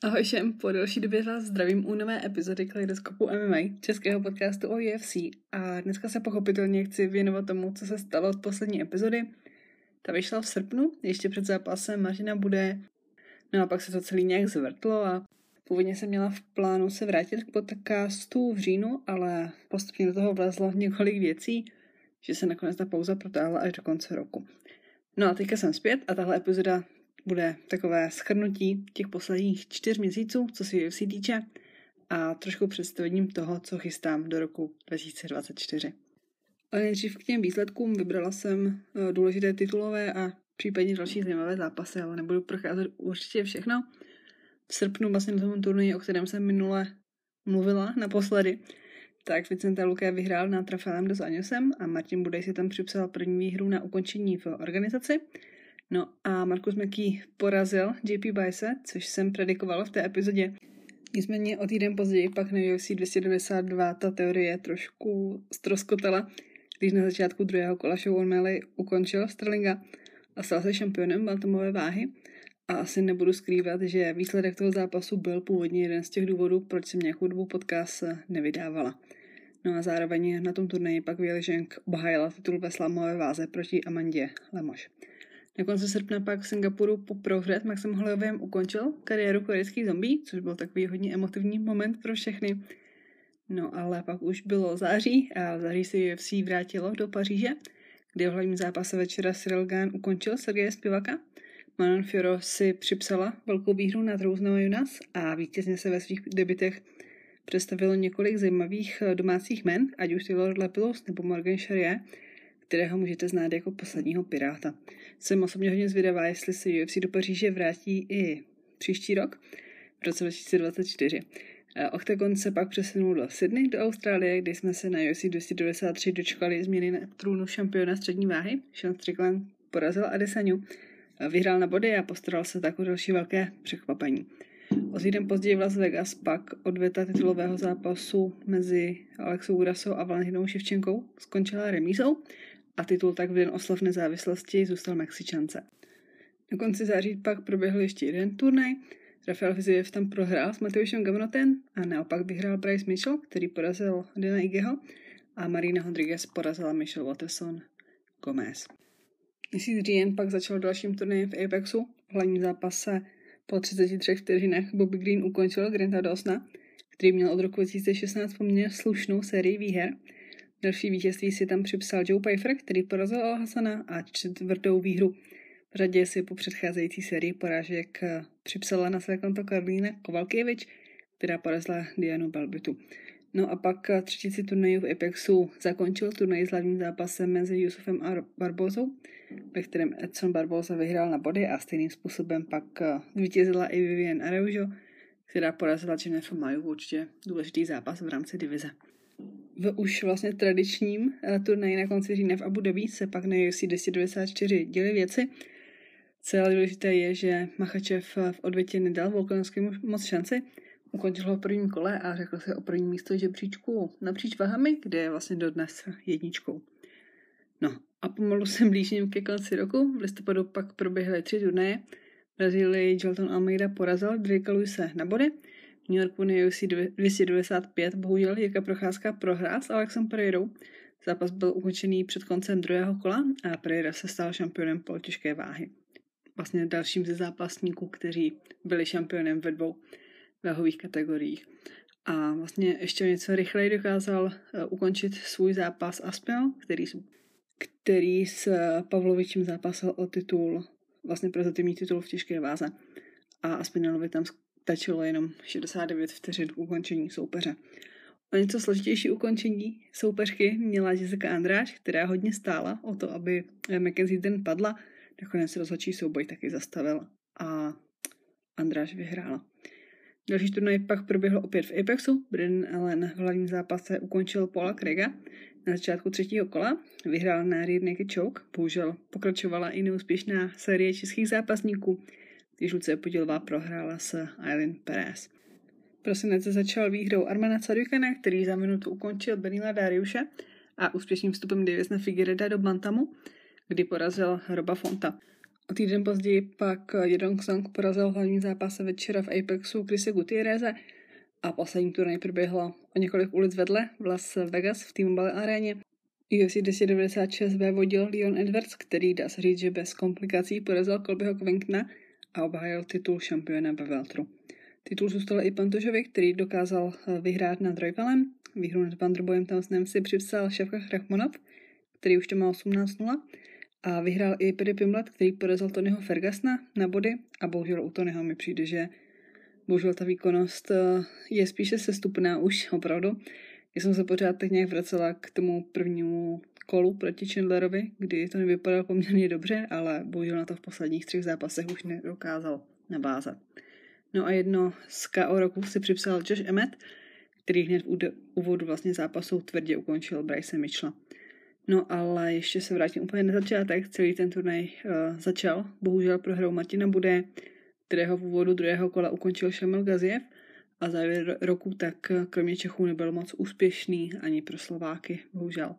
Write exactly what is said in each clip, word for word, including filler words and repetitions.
Ahoj všem, po delší době vás zdravím u nové epizody Kaleidoskopu M M A, českého podcastu o U F C, a dneska se pochopitelně chci věnovat tomu, co se stalo od poslední epizody. Ta vyšla v srpnu, ještě před zápasem Martina Bude, no a pak se to celý nějak zvrtlo a původně jsem měla v plánu se vrátit k podcastu v říjnu, ale postupně do toho vlezlo několik věcí, že se nakonec ta pauza protáhla až do konce roku. No a teďka jsem zpět a tahle epizoda bude takové shrnutí těch posledních čtyř měsíců, co se U F C týče, a trošku představením toho, co chystám do roku dva tisíce dvacet čtyři. Ale nejdřív k těm výsledkům vybrala jsem důležité titulové a případně další zajímavé zápasy, ale nebudu procházet určitě všechno. V srpnu vlastně na tom turnaji, o kterém jsem minule mluvila naposledy, tak Vicente Luque vyhrál nad Rafaelem dos Anjosem a Martin Budej si tam připsal první výhru na ukončení v organizaci. No a Marcus McKee porazil J P Buyshe, což jsem predikovala v té epizodě. Nicméně o týden později pak na U F C dvě stě devadesát dva ta teorie trošku ztroskotala, když na začátku druhého kola Sean O'Malley ukončil Sterlinga a stal se šampionem bantamové váhy. A asi nebudu skrývat, že výsledek toho zápasu byl původně jeden z těch důvodů, proč jsem nějakou dobu podcast nevydávala. No a zároveň na tom turnaji pak Weili Zhang obhájila titul ve slámové váze proti Amandě Lemos. Na konci srpna pak v Singapuru po prohře Maxem Hollowayem ukončil kariéru korejských zombí, což byl takový hodně emotivní moment pro všechny. No ale pak už bylo září a v září se U F C vrátilo do Paříže, kde v hlavním zápase večera Ciryl Gane ukončil Sergeje Spivaka. Manon Fiorot si připsala velkou výhru nad Rose Namajunas a vítězně se ve svých debutech představilo několik zajímavých domácích men, ať už Taylor Lepilus nebo Morgan Charrier, kterého můžete znát jako posledního piráta. Jsem osobně hodně zvědavá, jestli se U F C do Paříže vrátí i příští rok, v roce dva tisíce dvacet čtyři. Octagon se pak přesunul do Sydney, do Austrálie, kde jsme se na U F C dvě stě devadesát tři dočkali změny na trůnu šampiona střední váhy. Sean Strickland porazil Adesanyu, vyhrál na body a postaral se tak o další velké překvapení. O týden později v Las Vegas pak odveta titulového zápasu mezi Alexou Grasou a Valentinou Ševčenkou skončila remízou a titul tak v den oslav nezávislosti zůstal Mexičance. Na konci září pak proběhl ještě jeden turnaj. Rafael Fiziev tam prohrál s Mateušem Gamrotem a naopak vyhrál Bryce Mitchell, který porazil Dana Igeho, a Marina Rodriguez porazila Michelle Waterson Gomez. Měsíc říjen pak začal dalším turnajem v Apexu. V hlavním zápase po třiceti třech vteřinách Bobby Green ukončil Granta Dawsona, který měl od roku dva tisíce šestnáct poměrně slušnou sérii výher. Další vítězství si tam připsal Joe Pyfer, který porazil Al Hassana, a čtvrtou výhru v řadě si po předcházející sérii porážek připsala na své konto Karolína Kovalkiewicz, která porazila Dianu Balbitu. No a pak třetící turnaj v Apexu zakončil turnaj s hlavním zápasem mezi Yusufem a Barbozou, ve kterém Edson Barboza vyhrál na body a stejným způsobem pak zvítězila i Viviane Araujo, která porazila Jennifer Mayu, určitě důležitý zápas v rámci divize. V už vlastně tradičním turnaji na konci října v Abu Dhabi se pak na U F C dvě stě devadesát čtyři děly věci. Celé důležité je, že Makhachev v odvětě nedal Volkanovskému moc šanci. Ukončil ho v prvním kole a řekl se o první místo žebříčku napříč váhami, kde je vlastně dodnes jedničkou. No a pomalu se blížím ke konci roku. V listopadu pak proběhly tři turnaje. V Brazílii Jolton Almeida porazil Drakea Luise na body. V New Yorku na U F C dvě stě devadesát pět bohužel Jirka Procházka prohrál s Alexem Pereirou. Zápas byl ukončený před koncem druhého kola a Pereira se stal šampionem polotěžké váhy. Vlastně dalším ze zápasníků, kteří byli šampionem ve dvou váhových kategoriích. A vlastně ještě něco rychleji dokázal uh, ukončit svůj zápas Aspinall, který, který s Pavlovičem zápasil o titul, vlastně prozatímní titul v těžké váze. A Aspinallovi tam stačilo jenom šedesát devět vteřin k ukončení soupeře. O něco složitější ukončení soupeřky měla Jessica Andrade, která hodně stála o to, aby Mackenzie Dern padla. Nakonec rozhodčí souboj taky zastavil a Andrade vyhrála. Další turnaj pak proběhl opět v Apexu. Brennan Allen v hlavním zápase ukončil Paula Craiga na začátku třetího kola. Vyhrál na rear naked choke. Bohužel pokračovala i neúspěšná série českých zápasníků, když Lucie Podilová prohrála s Aileen Perez. Prosinec začal výhrou Armana Tsarukana, který za minutu ukončil Benila Dariuše, a úspěšným vstupem Davisna Figueireda do bantamu, kdy porazil Roba Fonta. O týden později pak Yedong Song porazil hlavní zápase večera v Apexu Chrise Gutierreze a poslední turnaj proběhla o několik ulic vedle v Las Vegas v T-Mobile aréně. U F C deset devadesát šest vévodil Leon Edwards, který dá se říct, že bez komplikací porazil Colbyho Covingtona a obhájil titul šampiona ve welteru. Titul zůstal i Pantožovi, který dokázal vyhrát nad Royvalem. Výhru nad Vanderboyem Townsendem si připsal Shavkat Rakhmonov, který už to má osmnáct nula. A vyhrál i Paddy Pimblett, který porazil Tonyho Fergusona na body. A bohužel u Tonyho mi přijde, že bohužel ta výkonnost je spíše sestupná už, opravdu. Já jsem se pořád tak nějak vracela k tomu prvnímu kolu proti Chandlerovi, kdy to nevypadalo poměrně dobře, ale bohužel na to v posledních třech zápasech už nedokázal navázat. No a jedno z K O roku si připsal Josh Emmett, který hned v úvodu vlastně zápasu tvrdě ukončil Bryce Mitchella. No ale ještě se vrátím úplně na začátek, celý ten turnaj uh, začal, bohužel prohrou Martina Bude, kterého v úvodu druhého kola ukončil Šamil Gaziev a závěr roku tak kromě Čechů nebyl moc úspěšný ani pro Slováky, bohužel.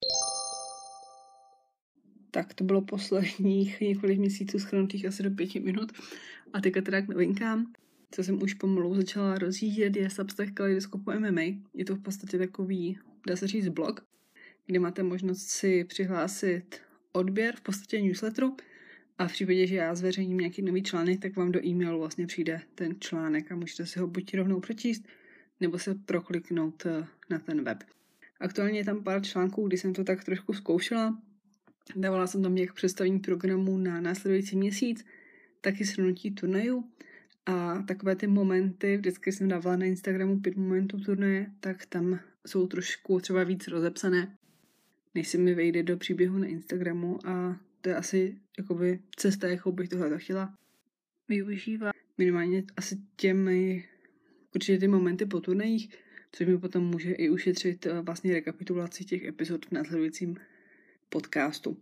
Tak to bylo posledních několik měsíců shrnutých asi do pěti minut a teďka teda k novinkám. Co jsem už pomalu začala rozjíždět, je Substack Kaleidoskopu M M A. Je to v podstatě takový, dá se říct, blog, kde máte možnost si přihlásit odběr v podstatě newsletteru a v případě, že já zveřejním nějaký nový článek, tak vám do e-mailu vlastně přijde ten článek a můžete si ho buď rovnou přečíst, nebo se prokliknout na ten web. Aktuálně je tam pár článků, kdy jsem to tak trošku zkoušela. Dávala jsem tam jak představení programu na následující měsíc, tak i shrnutí turnajů. A takové ty momenty, vždycky jsem dávala na Instagramu pět momentů turnaje, tak tam jsou trošku třeba víc rozepsané, než se mi vejde do příběhu na Instagramu a to je asi jakoby cesta, jakou bych tohle chtěla využívat. Minimálně asi těmi určitě ty momenty po turnajích, což mi potom může i ušetřit vlastně rekapitulaci těch epizod v následujícím podcastu.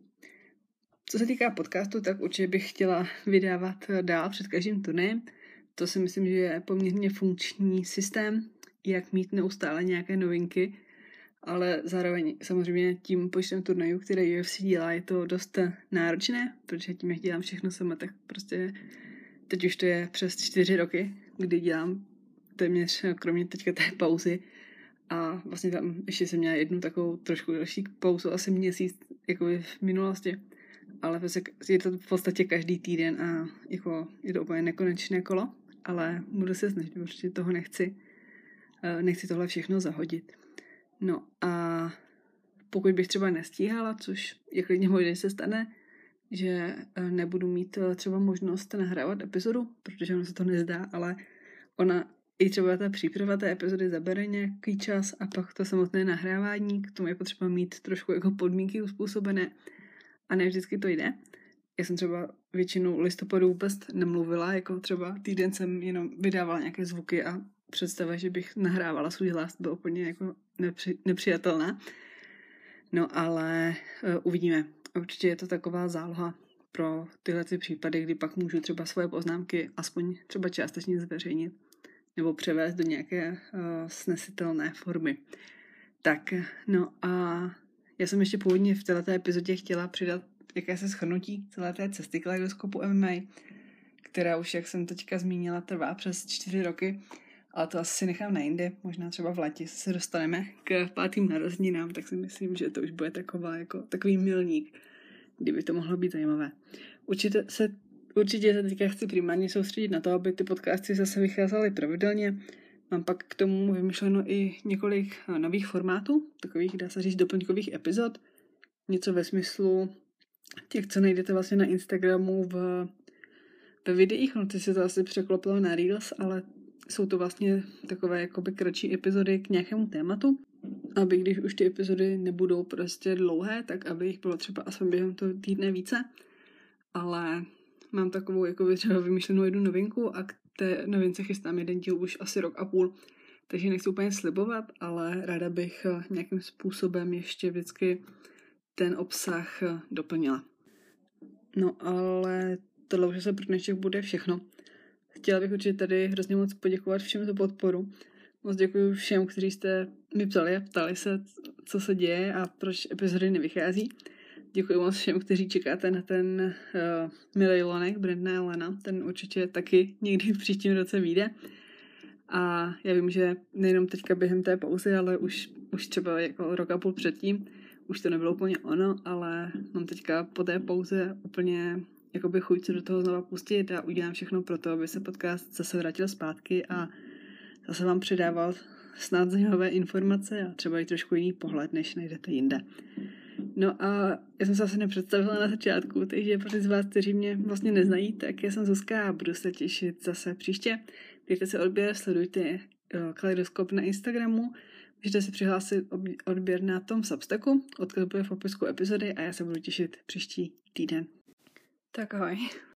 Co se týká podcastu, tak určitě bych chtěla vydávat dál před každým turnajem. To si myslím, že je poměrně funkční systém, jak mít neustále nějaké novinky, ale zároveň samozřejmě tím počtem turnajů, které U F C dělá, je to dost náročné, protože tím, jak dělám všechno sama, tak prostě teď už to je přes čtyři roky, kdy dělám téměř kromě teďka té pauzy a vlastně tam ještě jsem měla jednu takovou trošku další pauzu, asi měsíc jako v minulosti, ale je to v podstatě každý týden a jako je to úplně nekonečné kolo, ale budu se snažit, určitě toho nechci, nechci tohle všechno zahodit. No a pokud bych třeba nestíhala, což je klidně možná se stane, že nebudu mít třeba možnost nahrávat epizodu, protože ono se to nezdá, ale ona i třeba ta příprava té epizody zabere nějaký čas a pak to samotné nahrávání, k tomu je potřeba mít trošku jako podmínky uspůsobené a ne vždycky to jde. Já jsem třeba většinu listopadu vůbec nemluvila, jako třeba týden jsem jenom vydávala nějaké zvuky a představa, že bych nahrávala svůj hlas, byla úplně jako nepři, nepřijatelná. No ale uh, uvidíme. Určitě je to taková záloha pro tyhle ty případy, kdy pak můžu třeba svoje poznámky aspoň třeba částečně zveřejnit nebo převést do nějaké uh, snesitelné formy. Tak, no a já jsem ještě původně v této epizodě chtěla přidat jakési shrnutí celé té cesty kaleidoskopu M M A, která už, jak jsem teďka zmínila, trvá přes čtyři roky, ale to asi nechám na jindy, možná třeba v létě se dostaneme k pátým narozeninám, tak si myslím, že to už bude taková, jako, takový milník, kdyby to mohlo být zajímavé. Určitě se, určitě se teďka chci primárně soustředit na to, aby ty podcasty zase vycházely pravidelně. Mám pak k tomu vymyšleno i několik nových formátů, takových, dá se říct, doplňkových epizod. Něco ve smyslu těch, co najdete vlastně na Instagramu v, ve videích. No, ty se to asi překlopilo na Reels, ale jsou to vlastně takové jakoby kratší epizody k nějakému tématu, aby když už ty epizody nebudou prostě dlouhé, tak aby jich bylo třeba aspoň během toho týdne více. Ale mám takovou jakoby třeba vymyšlenou jednu novinku a k té novince chystám jeden díl už asi rok a půl. Takže nechci úplně slibovat, ale ráda bych nějakým způsobem ještě vždycky ten obsah doplnila. No ale tohle už se pro dnešek bude všechno. Chtěla bych určitě tady hrozně moc poděkovat všem za podporu. Moc děkuji všem, kteří jste mi psali a ptali se, co se děje a proč epizody nevychází. děkuji moc všem, kteří čekáte na ten uh, milionek Brandona Allena. Ten určitě taky někdy v příštím roce vyjde. A já vím, že nejenom teďka během té pauzy, ale už, už třeba jako rok a půl předtím, už to nebylo úplně ono, ale mám teďka po té pauze úplně jakoby chuť se do toho znova pustit a udělám všechno pro to, aby se podcast zase vrátil zpátky a zase vám předával snad zajímavé informace a třeba i trošku jiný pohled, než najdete jinde. No a já jsem se asi nepředstavila na začátku, takže pro ty z vás, kteří mě vlastně neznají, tak já jsem Zuzka a budu se těšit zase příště. Dejte si odběr, sledujte Kaleidoskop na Instagramu, můžete si přihlásit odběr na tom Substacku, odkaz bude v popisku epizody a já se budu těšit příští týden. Tak ahoj.